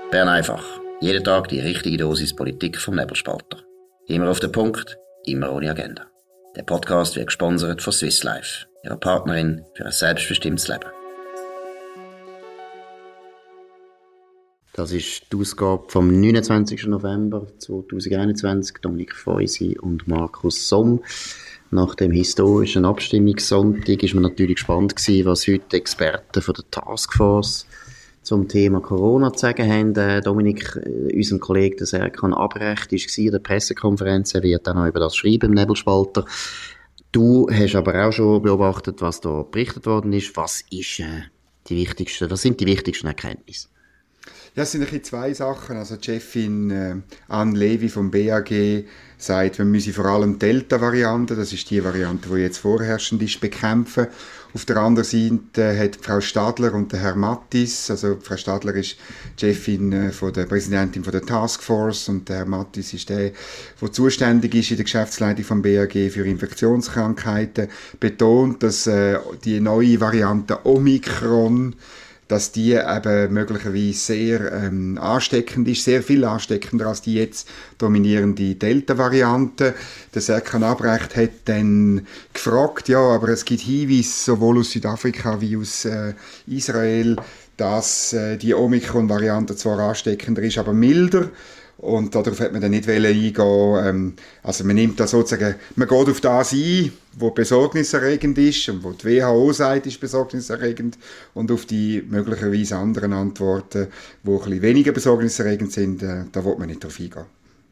Bern einfach. Jeden Tag die richtige Dosis Politik vom Nebelspalter. Immer auf den Punkt, immer ohne Agenda. Der Podcast wird gesponsert von Swiss Life, ihrer Partnerin für ein selbstbestimmtes Leben. Das ist die Ausgabe vom 29. November 2021. Dominik Feusi und Markus Somm. Nach dem historischen Abstimmungssonntag ist man natürlich gespannt gewesen, was heute Experten von der Taskforce zum Thema Corona zu sagen haben. Dominik, unserem Kollegen der Serkan Abrecht, war in der Pressekonferenz. Er wird auch noch über das schreiben im Nebelspalter. Du hast aber auch schon beobachtet, was da berichtet worden ist. Was sind die wichtigsten Erkenntnisse? Ja, es sind ein bisschen zwei Sachen. Also die Chefin Anne Levy vom BAG sagt, wir müssen vor allem Delta-Variante, das ist die Variante, die jetzt vorherrschend ist, bekämpfen. Auf der anderen Seite hat Frau Stadler und der Herr Mattis, also Frau Stadler ist die Chefin von der Präsidentin von der Taskforce und der Herr Mattis ist der zuständig ist in der Geschäftsleitung vom BAG für Infektionskrankheiten, betont, dass die neue Variante Omikron, dass die eben möglicherweise sehr ansteckend ist, sehr viel ansteckender als die jetzt dominierende Delta-Variante. Der Serkan Abrecht hat dann gefragt, ja, aber es gibt Hinweise sowohl aus Südafrika wie aus Israel, dass die Omikron-Variante zwar ansteckender ist, aber milder. Und darauf hat man dann nicht eingehen. Also man nimmt da sozusagen, man geht auf das ein, was besorgniserregend ist und wo die WHO sagt, ist besorgniserregend, und auf die möglicherweise anderen Antworten, die ein bisschen weniger besorgniserregend sind, da will man nicht drauf eingehen.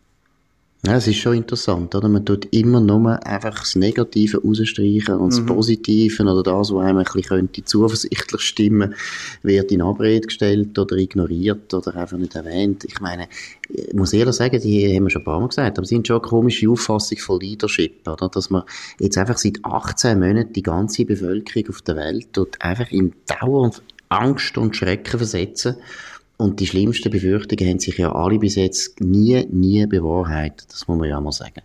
Ja, es ist schon interessant, oder? Man tut immer nur einfach das Negative rausstreichen und das Positive oder das, was einem ein bisschen zuversichtlich stimmen könnte, wird in Abrede gestellt oder ignoriert oder einfach nicht erwähnt. Ich meine, ich muss ehrlich sagen, die haben wir schon ein paar Mal gesagt, aber sie sind schon eine komische Auffassung von Leadership, oder? Dass man jetzt einfach seit 18 Monaten die ganze Bevölkerung auf der Welt tut einfach in dauernd Angst und Schrecken versetzen. Und die schlimmsten Befürchtungen haben sich ja alle bis jetzt nie bewahrheitet. Das muss man ja mal sagen.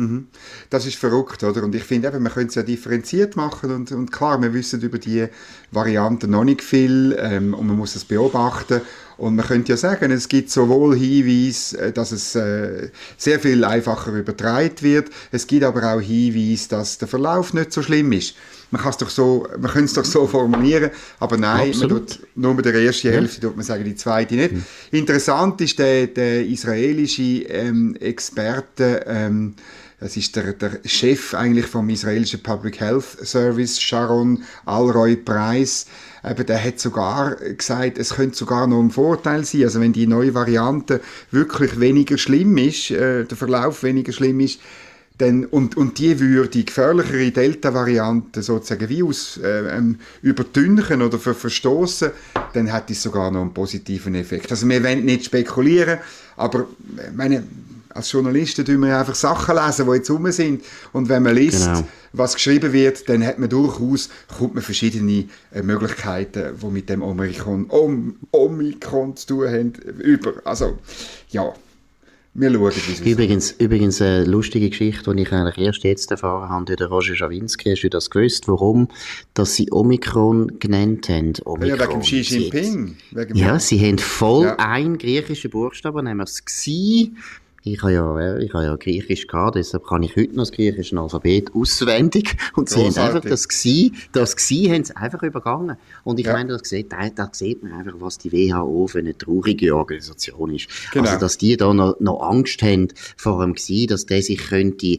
Das ist verrückt, oder? Und ich finde eben, man könnte es ja differenziert machen und klar, wir wissen über die Varianten noch nicht viel und man muss es beobachten. Und man könnte ja sagen, es gibt sowohl Hinweise, dass es sehr viel einfacher übertragen wird, es gibt aber auch Hinweise, dass der Verlauf nicht so schlimm ist. Man könnte es doch so formulieren, aber nein, man tut nur mit der ersten Hälfte, tut man sagen, die zweite nicht. Interessant ist der israelische Experte, das ist der Chef eigentlich vom israelischen Public Health Service, Sharon Alroy-Price. Der hat sogar gesagt, es könnte sogar noch ein Vorteil sein. Also wenn die neue Variante wirklich weniger schlimm ist, der Verlauf weniger schlimm ist, dann, und die würde die gefährlichere Delta-Variante sozusagen wie übertünchen oder verstoßen, dann hat es sogar noch einen positiven Effekt. Also wir wollen nicht spekulieren, aber als Journalisten tun wir einfach Sachen lesen, die jetzt rum sind. Und wenn man liest, was geschrieben wird, dann kommt man verschiedene Möglichkeiten, die mit dem Omikron zu tun haben, über. Also, ja. Wir schauen, wie es Übrigens eine lustige Geschichte, die ich eigentlich erst jetzt erfahren habe, der Roger Schawinski. Hast du das gewusst, warum dass sie Omikron genannt haben? Omikron. Ja, wegen Xi Jinping. Sie haben voll einen griechischen Buchstaben, nämlich das Xi. Ich habe ja Griechisch gehabt, deshalb kann ich heute noch das griechische Alphabet auswendig. Und sie haben einfach das Xi haben sie einfach übergangen. Und ich meine, da sieht man einfach, was die WHO für eine traurige Organisation ist. Genau. Also, dass die da noch Angst haben vor dem Xi, dass der sich könnte,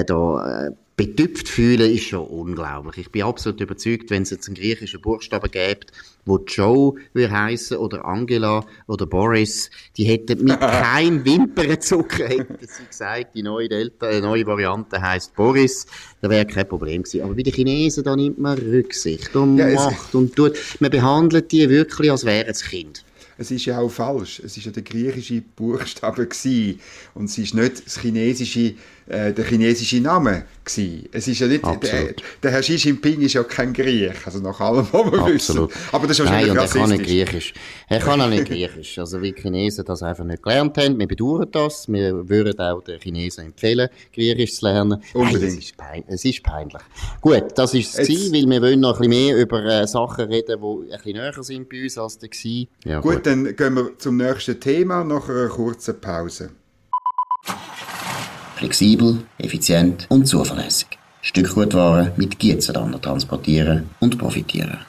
betüpft fühlen, ist schon unglaublich. Ich bin absolut überzeugt, wenn es jetzt einen griechischen Buchstaben gäbe, wo Joe würde heissen, oder Angela, oder Boris, die hätten mit keinem Wimpernzucker, hätten sie gesagt, die neue Variante heisst Boris, da wäre kein Problem gewesen. Aber bei den Chinesen, da nimmt man Rücksicht und macht und tut. Man behandelt die wirklich, als wären es Kind. Es ist ja auch falsch. Es ist ja der griechische Buchstabe gewesen. Und es ist nicht der chinesische Name gewesen. Es ist ja nicht, der Herr Xi Jinping ist ja kein Griech. Also nach allem, was wir wissen. Aber das ist wahrscheinlich rassistisch. Er kann auch nicht Griechisch. Also wie die Chinesen das einfach nicht gelernt haben. Wir bedauern das. Wir würden auch den Chinesen empfehlen, Griechisch zu lernen. Unbedingt. Es ist peinlich. Gut, das ist das Ziel, weil wir wollen noch ein bisschen mehr über Sachen reden, die ein bisschen näher sind bei uns als der Xi. Ja, gut, dann gehen wir zum nächsten Thema nach einer kurzen Pause. Flexibel, effizient und zuverlässig. Stückgutware mit Gietzenlander transportieren und profitieren.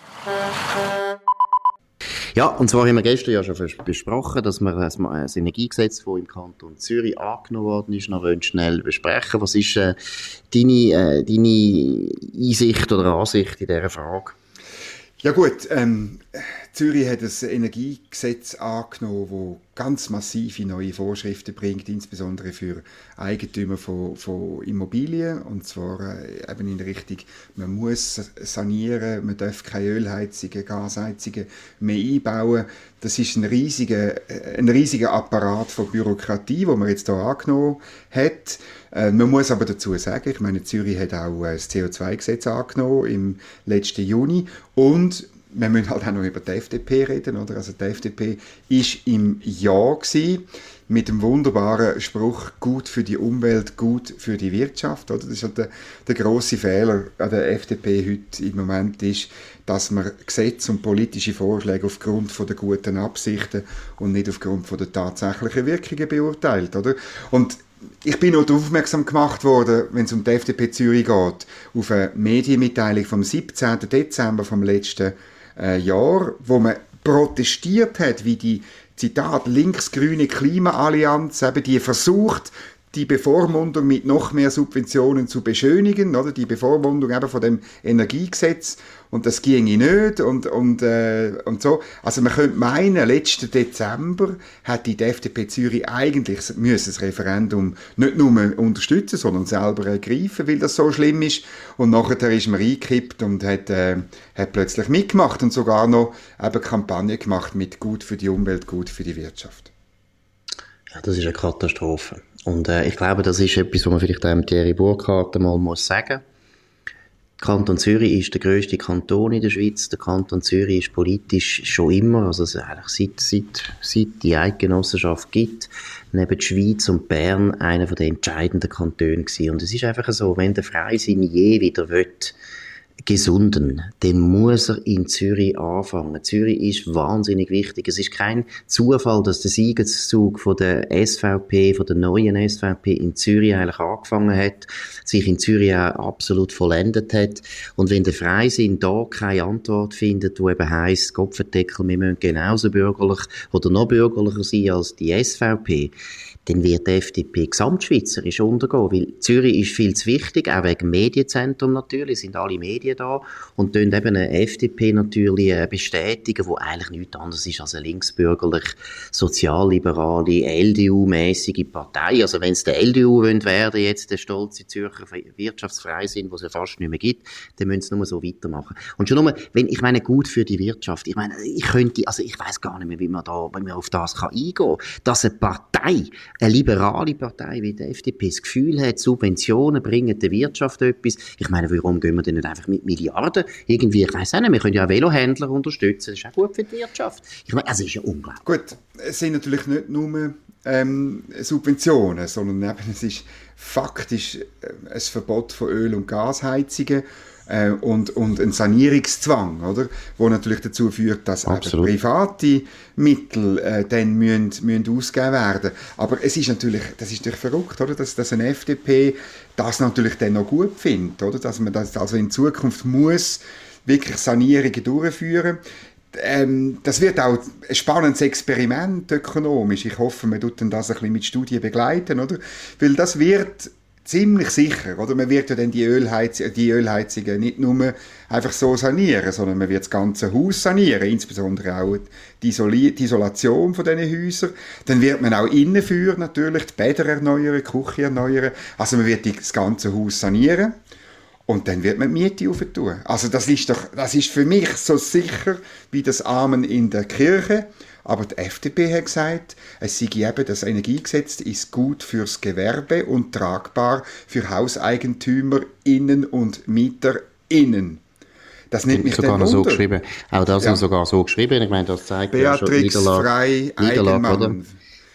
Ja, und zwar haben wir gestern ja schon besprochen, dass wir das Energiegesetz, das im Kanton Zürich angenommen worden ist, noch schnell besprechen. Was ist deine Einsicht oder Ansicht in dieser Frage? Ja gut, Zürich hat ein Energiegesetz angenommen, das ganz massive neue Vorschriften bringt, insbesondere für Eigentümer von Immobilien. Und zwar eben in der Richtung, man muss sanieren, man darf keine Ölheizungen, Gasheizungen mehr einbauen. Das ist ein riesiger Apparat von Bürokratie, den man jetzt hier angenommen hat. Man muss aber dazu sagen, ich meine, Zürich hat auch das CO2-Gesetz angenommen im letzten Juni und wir müssen halt auch noch über die FDP reden, oder? Also die FDP ist im Ja gewesen, mit dem wunderbaren Spruch, gut für die Umwelt, gut für die Wirtschaft, oder? Das ist halt der grosse Fehler an der FDP heute im Moment ist, dass man Gesetze und politische Vorschläge aufgrund von der guten Absichten und nicht aufgrund von der tatsächlichen Wirkungen beurteilt, oder? Und ich bin noch darauf aufmerksam gemacht worden, wenn es um die FDP Zürich geht, auf eine Medienmitteilung vom 17. Dezember vom letzten Jahr, wo man protestiert hat, wie die, Zitat, linksgrüne Klimaallianz, eben die versucht, die Bevormundung mit noch mehr Subventionen zu beschönigen, oder? Die Bevormundung eben von dem Energiegesetz. Und das ginge nicht und so. Also man könnte meinen, letzten Dezember hätte die FDP Zürich eigentlich das Referendum nicht nur unterstützen, sondern selber ergreifen, weil das so schlimm ist. Und nachher ist man eingekippt und hat plötzlich mitgemacht und sogar noch eben Kampagne gemacht mit gut für die Umwelt, gut für die Wirtschaft. Ja, das ist eine Katastrophe. Und ich glaube, das ist etwas, was man vielleicht einem Thierry Burkhardt mal sagen muss. Der Kanton Zürich ist der grösste Kanton in der Schweiz. Der Kanton Zürich ist politisch schon immer, also eigentlich seit die Eidgenossenschaft gibt, neben der Schweiz und Bern einer der entscheidenden Kantone gewesen. Und es ist einfach so, wenn der Freisinn je wieder gesunden, dann muss er in Zürich anfangen. Zürich ist wahnsinnig wichtig. Es ist kein Zufall, dass der Siegeszug von der SVP, von der neuen SVP in Zürich eigentlich angefangen hat, sich in Zürich auch absolut vollendet hat. Und wenn der Freisinn da keine Antwort findet, wo eben heisst, Kopfendeckel, wir müssen genauso bürgerlich oder noch bürgerlicher sein als die SVP, dann wird die FDP gesamtschweizerisch untergehen, weil Zürich ist viel zu wichtig, auch wegen dem Medienzentrum natürlich, sind alle Medien da und tun eben eine FDP natürlich bestätigen, wo eigentlich nichts anderes ist als eine linksbürgerlich, sozialliberale, LDU-mäßige Partei. Also wenn es der LDU werden jetzt der stolze Zürcher Wirtschaftsfreisinn, wo es ja fast nicht mehr gibt, dann müssen sie nur so weitermachen. Und schon nur, ich meine, gut für die Wirtschaft, ich meine, ich weiss gar nicht mehr, wie man auf das eingehen kann, dass eine Partei, eine liberale Partei wie die FDP das Gefühl hat, Subventionen bringen der Wirtschaft etwas. Ich meine, warum gehen wir denn nicht einfach mit Milliarden? Irgendwie, ich weiss auch nicht, wir können ja Velohändler unterstützen, das ist auch gut für die Wirtschaft. Ich meine, also, es ist ja unglaublich. Gut, es sind natürlich nicht nur Subventionen, sondern eben, es ist faktisch ein Verbot von Öl- und Gasheizungen und ein Sanierungszwang, oder? Wo natürlich dazu führt, dass eben private Mittel dann müssen ausgegeben werden. Aber es ist natürlich, das ist natürlich verrückt, oder? Dass eine FDP das natürlich dann noch gut findet, oder? Dass man das also in Zukunft muss wirklich Sanierungen durchführen. Das wird auch ein spannendes Experiment ökonomisch. Ich hoffe, man tut dann das ein bisschen mit Studien begleiten, oder? Weil das wird ziemlich sicher, oder? Man wird ja dann die Ölheizungen nicht nur einfach so sanieren, sondern man wird das ganze Haus sanieren, insbesondere auch die Isolation von diesen Häusern. Dann wird man auch innenführen natürlich, die Bäder erneuern, die Küche erneuern. Also man wird das ganze Haus sanieren. Und dann wird man die Miete aufentun. Also das ist für mich so sicher wie das Amen in der Kirche. Aber die FDP hat gesagt, es sei eben, das Energiegesetz ist gut fürs Gewerbe und tragbar für HauseigentümerInnen und MieterInnen. Das nimmt mich sogar dann noch Wunder. So geschrieben. Auch das ist sogar so geschrieben. Ich meine, das zeigt Beatrix ja schon Frey Eigenmann.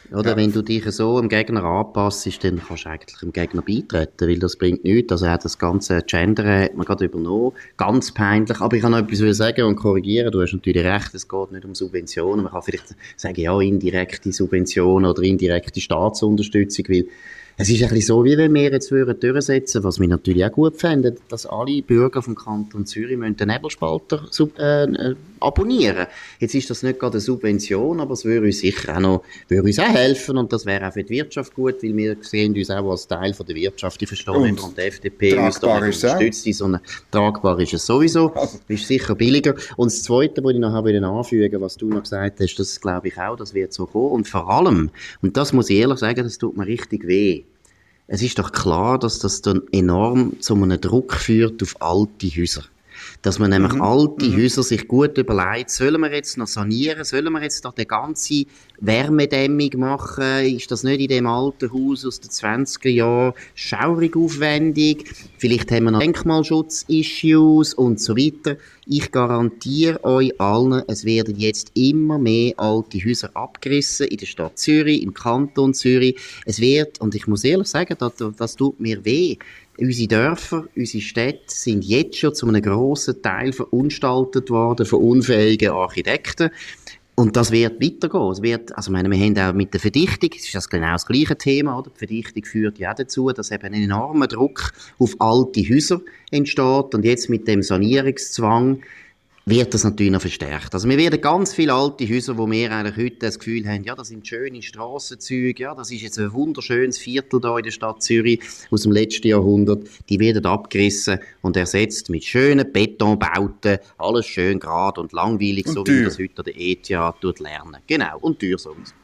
Oder Ja. wenn du dich so dem Gegner anpasst, dann kannst du eigentlich dem Gegner beitreten, weil das bringt nichts. Also auch das ganze Gendern hat man gerade übernommen. Ganz peinlich. Aber ich kann noch etwas sagen und korrigieren. Du hast natürlich recht, es geht nicht um Subventionen. Man kann vielleicht sagen, ja, indirekte Subventionen oder indirekte Staatsunterstützung, weil es ist ein bisschen so, wie wenn wir jetzt durchsetzen, was wir natürlich auch gut fänden, dass alle Bürger vom Kanton Zürich müssen den Nebelspalter abonnieren. Jetzt ist das nicht gerade eine Subvention, aber es würde uns sicher auch noch, würde uns auch helfen und das wäre auch für die Wirtschaft gut, weil wir sehen uns auch als Teil von der Wirtschaft. Ich verstehe nicht, warum die FDP uns da nicht unterstützt, sondern tragbar ist es sowieso. Ist sicher billiger. Und das Zweite, was ich noch anfügen, was du noch gesagt hast, das glaube ich auch, das wird so kommen. Und vor allem, und das muss ich ehrlich sagen, das tut mir richtig weh. Es ist doch klar, dass das dann enorm zu einem Druck führt auf alte Häuser. Dass man nämlich alte Häuser sich gut überlegt, sollen wir jetzt noch sanieren, sollen wir jetzt da die ganze Wärmedämmung machen, ist das nicht in dem alten Haus aus den 20er Jahren schaurig aufwendig, vielleicht haben wir noch Denkmalschutz-Issues und so weiter. Ich garantiere euch allen, es werden jetzt immer mehr alte Häuser abgerissen in der Stadt Zürich, im Kanton Zürich. Es wird, und ich muss ehrlich sagen, das tut mir weh, unsere Dörfer, unsere Städte sind jetzt schon zu einem grossen Teil verunstaltet worden von unfähigen Architekten. Und das wird weitergehen. Also, wir haben auch mit der Verdichtung, es ist das genau das gleiche Thema, oder? Die Verdichtung führt ja auch dazu, dass eben ein enormer Druck auf alte Häuser entsteht. Und jetzt mit dem Sanierungszwang wird das natürlich noch verstärkt. Also wir werden ganz viele alte Häuser, wo wir eigentlich heute das Gefühl haben, ja, das sind schöne Strassenzüge, ja, das ist jetzt ein wunderschönes Viertel da in der Stadt Zürich aus dem letzten Jahrhundert, die werden abgerissen und ersetzt mit schönen Betonbauten, alles schön gerade und langweilig, und so teuer. wie das heute an der ETH lernen. Genau, und teuer sowieso.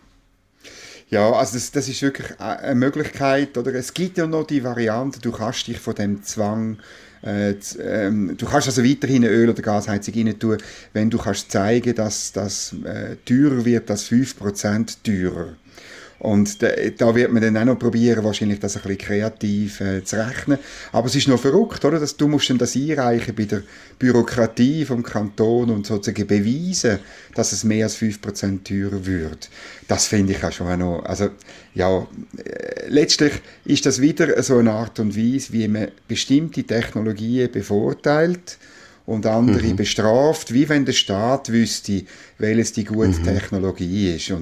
Ja, also das ist wirklich eine Möglichkeit, oder? Es gibt ja noch die Variante, du kannst dich von dem Zwang, du kannst also weiterhin eine Öl- oder Gasheizung rein tun, wenn du kannst zeigen, dass das teurer wird, als 5% teurer. Und da wird man dann auch noch probieren, wahrscheinlich das ein bisschen kreativ zu rechnen. Aber es ist noch verrückt, oder? Du musst dann das einreichen bei der Bürokratie vom Kanton und sozusagen beweisen, dass es mehr als 5% teurer wird. Das finde ich auch schon noch, also, ja, letztlich ist das wieder so eine Art und Weise, wie man bestimmte Technologien bevorteilt und andere bestraft, wie wenn der Staat wüsste, welches die gute Technologie ist.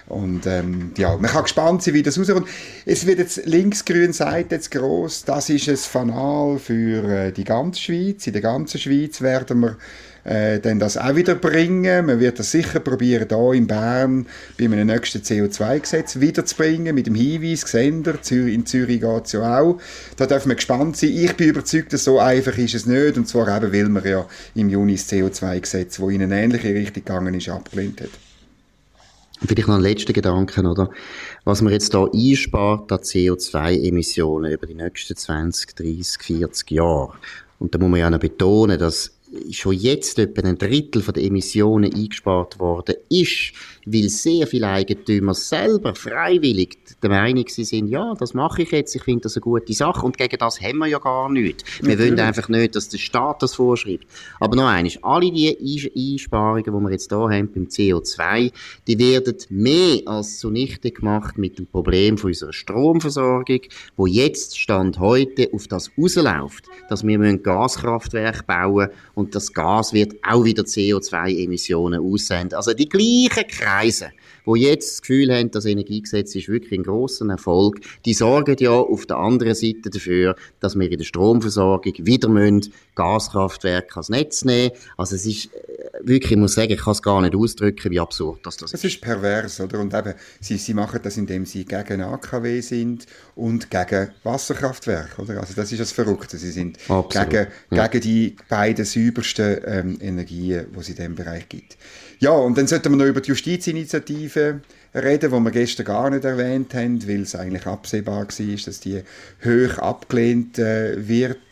Ja, man kann gespannt sein, wie das rauskommt. Es wird jetzt, linksgrün sagt jetzt gross, das ist ein Fanal für die ganze Schweiz. In der ganzen Schweiz werden wir dann das auch wieder bringen. Man wird das sicher probieren, hier in Bern bei einem nächsten CO2-Gesetz wiederzubringen, mit dem Hinweis, Gesender, in Zürich geht es ja auch. Da dürfen wir gespannt sein. Ich bin überzeugt, dass so einfach ist es nicht. Und zwar eben, weil man ja im Juni das CO2-Gesetz, das in eine ähnliche Richtung gegangen ist, abgelehnt hat. Vielleicht noch ein letzter Gedanke, oder? Was man jetzt hier einspart an CO2-Emissionen über die nächsten 20, 30, 40 Jahre. Und da muss man ja noch betonen, dass schon jetzt etwa ein Drittel von den Emissionen eingespart worden ist, weil sehr viele Eigentümer selber freiwillig der Meinung sind, ja, das mache ich jetzt, ich finde das eine gute Sache und gegen das haben wir ja gar nichts. Wir wollen einfach nicht, dass der Staat das vorschreibt. Aber noch eines, alle die Einsparungen, die wir jetzt hier haben beim CO2, die werden mehr als zunichte gemacht mit dem Problem von unserer Stromversorgung, wo jetzt Stand heute auf das rausläuft, dass wir Gaskraftwerke bauen und das Gas wird auch wieder CO2-Emissionen aussenden. Also die gleichen Kreise, die jetzt das Gefühl haben, das Energiegesetz ist wirklich ein grosser Erfolg, die sorgen ja auf der anderen Seite dafür, dass wir in der Stromversorgung wieder Gaskraftwerke ans Netz nehmen. Also es ist wirklich, ich muss sagen, ich kann es gar nicht ausdrücken, wie absurd das ist. Es ist pervers, oder? Und eben, sie machen das, indem sie gegen AKW sind und gegen Wasserkraftwerke, oder? Also das ist das Verrückte. Sie sind gegen die beiden saubersten Energien, die es in diesem Bereich gibt. Ja, und dann sollten wir noch über die Justizinitiative reden, die wir gestern gar nicht erwähnt haben, weil es eigentlich absehbar war, dass die hoch abgelehnt wird.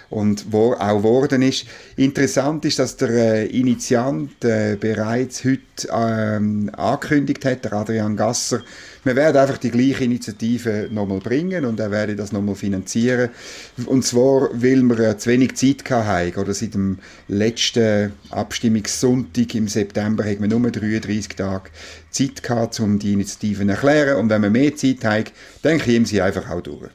und wo auch geworden ist. Interessant ist, dass der Initiant bereits heute angekündigt hat, der Adrian Gasser, wir werden einfach die gleiche Initiative nochmal bringen und er werde das nochmal finanzieren. Und zwar, weil wir zu wenig Zeit hatten, oder seit dem letzten Abstimmungssonntag im September haben wir nur 33 Tage Zeit gehabt, um die Initiativen zu erklären. Und wenn wir mehr Zeit haben, dann kommen sie einfach auch durch.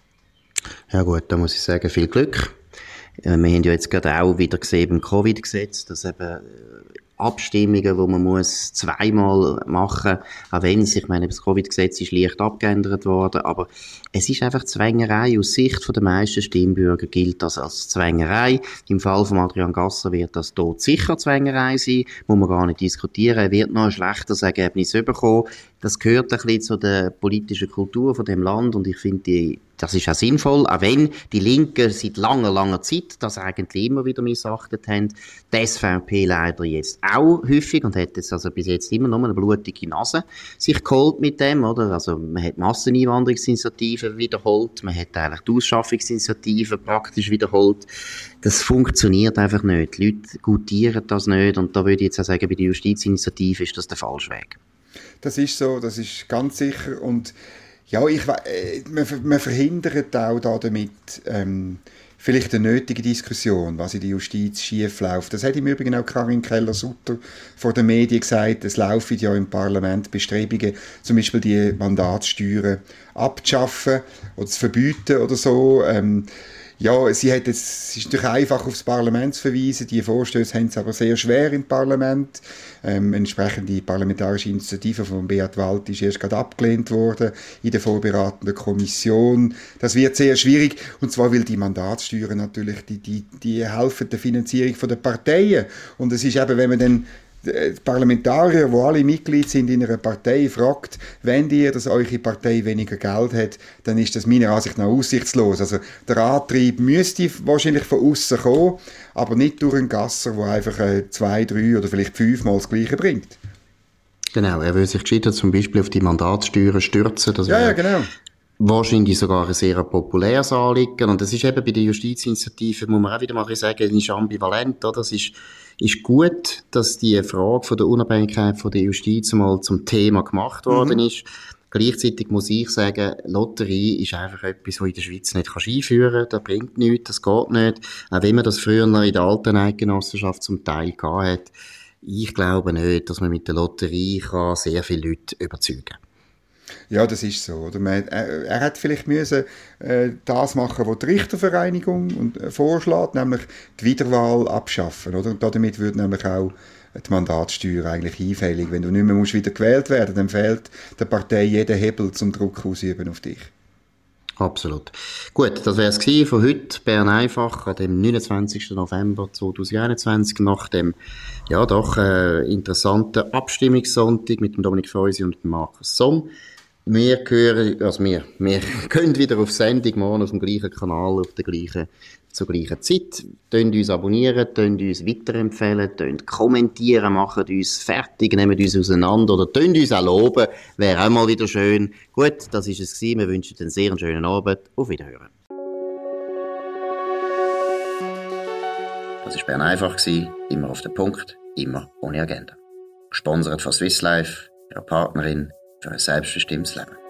Ja gut, da muss ich sagen, viel Glück. Wir haben ja jetzt gerade auch wieder gesehen beim Covid-Gesetz, dass eben Abstimmungen, die man muss zweimal machen, auch wenn es, ich meine, das Covid-Gesetz ist leicht abgeändert worden, aber es ist einfach Zwängerei. Aus Sicht der meisten Stimmbürger gilt das als Zwängerei. Im Fall von Adrian Gasser wird das dort sicher Zwängerei sein, muss man gar nicht diskutieren. Er wird noch ein schlechtes Ergebnis bekommen. Das gehört ein bisschen zu der politischen Kultur von dem Land und ich finde, das ist auch sinnvoll, auch wenn die Linken seit langer Zeit das eigentlich immer wieder missachtet haben. Die SVP leider jetzt auch häufig und hat jetzt also bis jetzt immer noch eine blutige Nase sich geholt mit dem, oder? Also man hat Masseneinwanderungsinitiativen wiederholt, man hat eigentlich die Ausschaffungsinitiativen praktisch wiederholt. Das funktioniert einfach nicht. Die Leute gutieren das nicht und da würde ich jetzt auch sagen, bei der Justizinitiative ist das der falsche Weg. Das ist so, das ist ganz sicher und ja, man verhindert auch damit vielleicht eine nötige Diskussion, was in der Justiz schief läuft. Das hat im Übrigen auch Karin Keller-Sutter vor den Medien gesagt. Es laufen ja im Parlament Bestrebungen, zum Beispiel die Mandatssteuern abzuschaffen oder zu verbieten oder so. Ja, es ist natürlich einfach aufs Parlament zu verweisen. Die Vorstöße haben es aber sehr schwer im Parlament. Entsprechend die parlamentarische Initiative von Beat Wald ist erst gerade abgelehnt worden in der vorberatenden Kommission. Das wird sehr schwierig. Und zwar, weil die Mandatssteuern natürlich, die helfen der Finanzierung der Parteien. Und es ist eben, wenn man dann Parlamentarier, die alle Mitglied sind in einer Partei, fragt, wenn ihr, dass eure Partei weniger Geld hat, dann ist das meiner Ansicht nach aussichtslos. Also der Antrieb müsste wahrscheinlich von außen kommen, aber nicht durch einen Gasser, der einfach 2, 3 oder vielleicht 5 Mal das Gleiche bringt. Genau, er will sich gescheiter zum Beispiel auf die Mandatssteuern stürzen. Das ja, genau. Wahrscheinlich sogar ein sehr populäres Anliegen. Und das ist eben bei der Justizinitiative, muss man auch wieder mal sagen, ist ambivalent, oder? Das ist gut, dass die Frage von der Unabhängigkeit von der Justiz mal zum Thema gemacht worden ist. Gleichzeitig muss ich sagen, Lotterie ist einfach etwas, was in der Schweiz nicht einführen kann. Das bringt nichts, das geht nicht. Auch wenn man das früher noch in der alten Eidgenossenschaft zum Teil gehabt hat. Ich glaube nicht, dass man mit der Lotterie kann sehr viele Leute überzeugen kann. Ja, das ist so. Oder er hätte vielleicht müssen das machen, was die Richtervereinigung vorschlägt, nämlich die Wiederwahl abschaffen. Oder? Und damit würde nämlich auch die Mandatssteuer eigentlich einfällig. Wenn du nicht mehr wieder gewählt werden, dann fehlt der Partei jeder Hebel zum Druck ausüben auf dich. Absolut. Gut, das wäre es von heute. Bern einfach an dem 29. November 2021 nach dem, ja doch, interessanten Abstimmungssonntag mit dem Dominik Feusi und dem Markus Somm. Wir gehen wieder auf Sendung, morgen auf dem gleichen Kanal, zur gleichen Zeit. Tönt uns abonnieren, tönt uns weiterempfehlen, tönt kommentieren, machen uns fertig, nehmen uns auseinander oder tönt uns auch loben. Wäre auch mal wieder schön. Gut, das ist es gewesen. Wir wünschen einen sehr schönen Abend. Auf Wiederhören. Das war Bern einfach, immer auf den Punkt, immer ohne Agenda. Gesponsert von Swiss Life, ihrer Partnerin für ein selbstbestimmtes Leben.